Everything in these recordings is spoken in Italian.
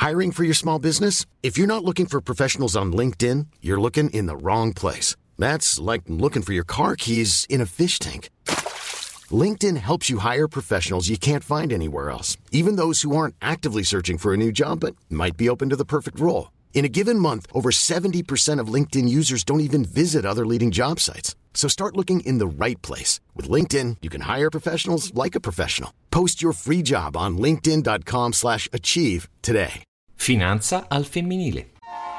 Hiring for your small business? If you're not looking for professionals on LinkedIn, you're looking in the wrong place. That's like looking for your car keys in a fish tank. LinkedIn helps you hire professionals you can't find anywhere else, even those who aren't actively searching for a new job but might be open to the perfect role. In a given month, over 70% of LinkedIn users don't even visit other leading job sites. So start looking in the right place. With LinkedIn, you can hire professionals like a professional. Post your free job on linkedin.com/achieve today. Finanza al femminile.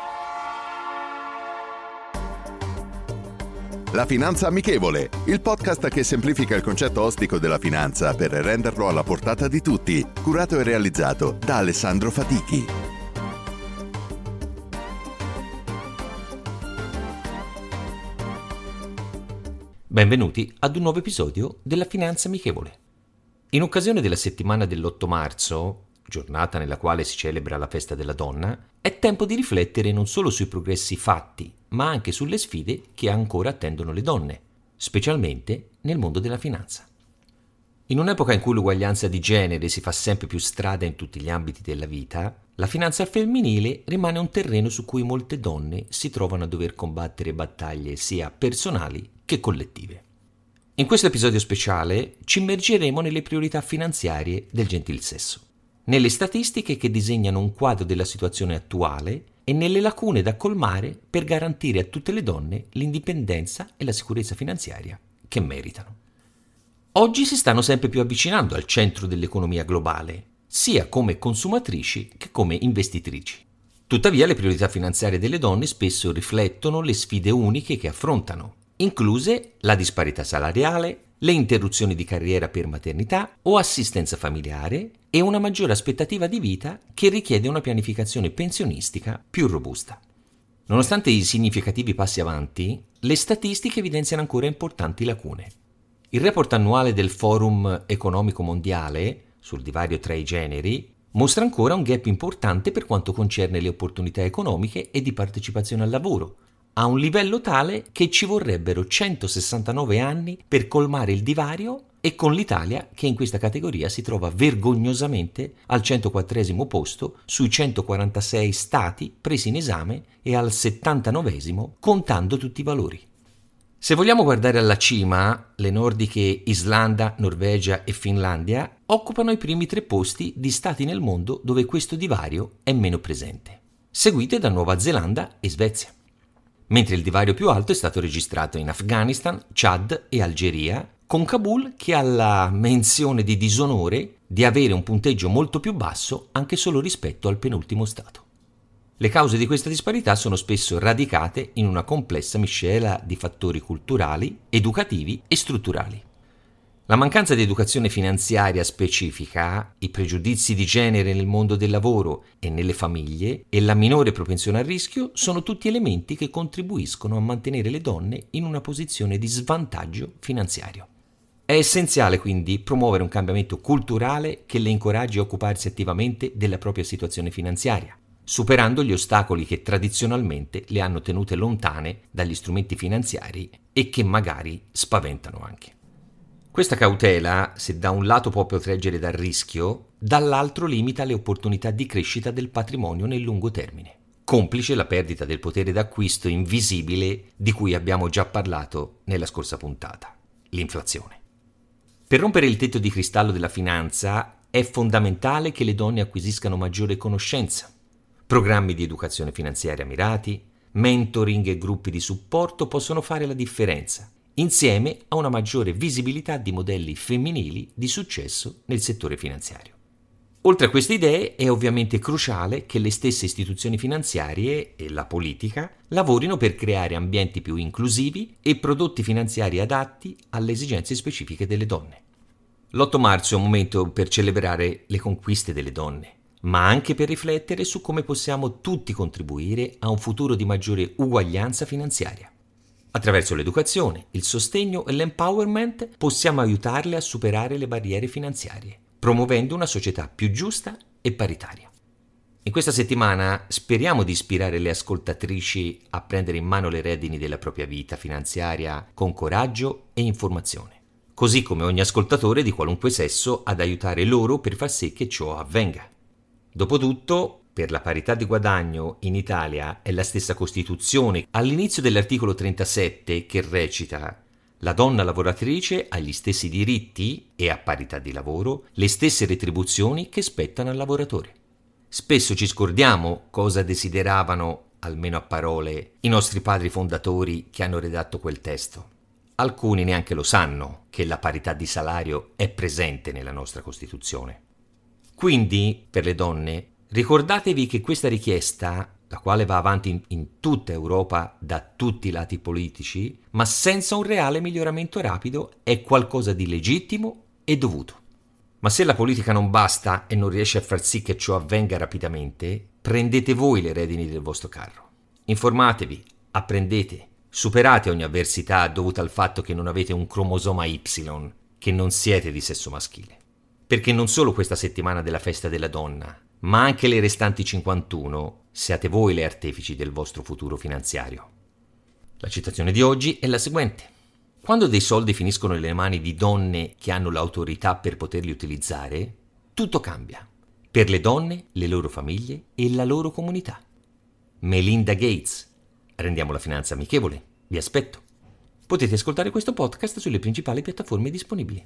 La Finanza Amichevole, il podcast che semplifica il concetto ostico della finanza per renderlo alla portata di tutti. Curato e realizzato da Alessandro Fatichi. Benvenuti ad un nuovo episodio della Finanza Amichevole. In occasione della settimana dell'8 marzo, giornata nella quale si celebra la festa della donna, è tempo di riflettere non solo sui progressi fatti, ma anche sulle sfide che ancora attendono le donne, specialmente nel mondo della finanza. In un'epoca in cui l'uguaglianza di genere si fa sempre più strada in tutti gli ambiti della vita, la finanza femminile rimane un terreno su cui molte donne si trovano a dover combattere battaglie sia personali che collettive. In questo episodio speciale ci immergeremo nelle priorità finanziarie del gentil sesso, nelle statistiche che disegnano un quadro della situazione attuale e nelle lacune da colmare per garantire a tutte le donne l'indipendenza e la sicurezza finanziaria che meritano. Oggi si stanno sempre più avvicinando al centro dell'economia globale, sia come consumatrici che come investitrici. Tuttavia le priorità finanziarie delle donne spesso riflettono le sfide uniche che affrontano, incluse la disparità salariale, le interruzioni di carriera per maternità o assistenza familiare e una maggiore aspettativa di vita che richiede una pianificazione pensionistica più robusta. Nonostante i significativi passi avanti, le statistiche evidenziano ancora importanti lacune. Il report annuale del Forum Economico Mondiale sul divario tra i generi mostra ancora un gap importante per quanto concerne le opportunità economiche e di partecipazione al lavoro, a un livello tale che ci vorrebbero 169 anni per colmare il divario, e con l'Italia che in questa categoria si trova vergognosamente al 104esimo posto sui 146 stati presi in esame e al 79esimo contando tutti i valori. Se vogliamo guardare alla cima, le nordiche Islanda, Norvegia e Finlandia occupano i primi 3 posti di stati nel mondo dove questo divario è meno presente, seguite da Nuova Zelanda e Svezia. Mentre il divario più alto è stato registrato in Afghanistan, Chad e Algeria, con Kabul che ha la menzione di disonore di avere un punteggio molto più basso anche solo rispetto al penultimo stato. Le cause di questa disparità sono spesso radicate in una complessa miscela di fattori culturali, educativi e strutturali. La mancanza di educazione finanziaria specifica, i pregiudizi di genere nel mondo del lavoro e nelle famiglie e la minore propensione al rischio sono tutti elementi che contribuiscono a mantenere le donne in una posizione di svantaggio finanziario. È essenziale quindi promuovere un cambiamento culturale che le incoraggi a occuparsi attivamente della propria situazione finanziaria, superando gli ostacoli che tradizionalmente le hanno tenute lontane dagli strumenti finanziari e che magari spaventano anche. Questa cautela, se da un lato può proteggere dal rischio, dall'altro limita le opportunità di crescita del patrimonio nel lungo termine, complice la perdita del potere d'acquisto invisibile di cui abbiamo già parlato nella scorsa puntata, l'inflazione. Per rompere il tetto di cristallo della finanza è fondamentale che le donne acquisiscano maggiore conoscenza. Programmi di educazione finanziaria mirati, mentoring e gruppi di supporto possono fare la differenza, insieme a una maggiore visibilità di modelli femminili di successo nel settore finanziario. Oltre a queste idee è ovviamente cruciale che le stesse istituzioni finanziarie e la politica lavorino per creare ambienti più inclusivi e prodotti finanziari adatti alle esigenze specifiche delle donne. L'8 marzo è un momento per celebrare le conquiste delle donne, ma anche per riflettere su come possiamo tutti contribuire a un futuro di maggiore uguaglianza finanziaria. Attraverso l'educazione, il sostegno e l'empowerment possiamo aiutarle a superare le barriere finanziarie, promuovendo una società più giusta e paritaria. In questa settimana speriamo di ispirare le ascoltatrici a prendere in mano le redini della propria vita finanziaria con coraggio e informazione, così come ogni ascoltatore di qualunque sesso ad aiutare loro per far sì che ciò avvenga. Dopotutto, per la parità di guadagno in Italia è la stessa Costituzione all'inizio dell'articolo 37 che recita: la donna lavoratrice ha gli stessi diritti e a parità di lavoro le stesse retribuzioni che spettano al lavoratore. Spesso ci scordiamo cosa desideravano, almeno a parole, i nostri padri fondatori che hanno redatto quel testo. Alcuni neanche lo sanno che la parità di salario è presente nella nostra Costituzione. Quindi, per le donne, ricordatevi che questa richiesta, la quale va avanti in tutta Europa da tutti i lati politici, ma senza un reale miglioramento rapido, è qualcosa di legittimo e dovuto. Ma se la politica non basta e non riesce a far sì che ciò avvenga rapidamente, prendete voi le redini del vostro carro. Informatevi, apprendete, superate ogni avversità dovuta al fatto che non avete un cromosoma Y, che non siete di sesso maschile. Perché non solo questa settimana della festa della donna, ma anche le restanti 51, siate voi le artefici del vostro futuro finanziario. La citazione di oggi è la seguente. Quando dei soldi finiscono nelle mani di donne che hanno l'autorità per poterli utilizzare, tutto cambia. Per le donne, le loro famiglie e la loro comunità. Melinda Gates. Rendiamo la finanza amichevole. Vi aspetto. Potete ascoltare questo podcast sulle principali piattaforme disponibili.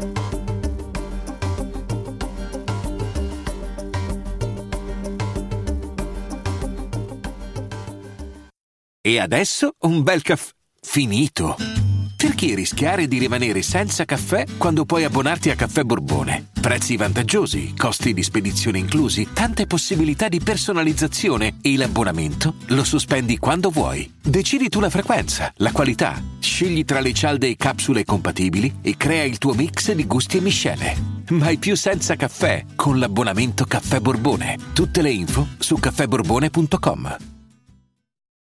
E adesso un bel caffè finito. Perché rischiare di rimanere senza caffè quando puoi abbonarti a Caffè Borbone? Prezzi vantaggiosi, costi di spedizione inclusi, tante possibilità di personalizzazione e l'abbonamento lo sospendi quando vuoi. Decidi tu la frequenza, la qualità, scegli tra le cialde e capsule compatibili e crea il tuo mix di gusti e miscele. Mai più senza caffè con l'abbonamento Caffè Borbone. Tutte le info su caffèborbone.com.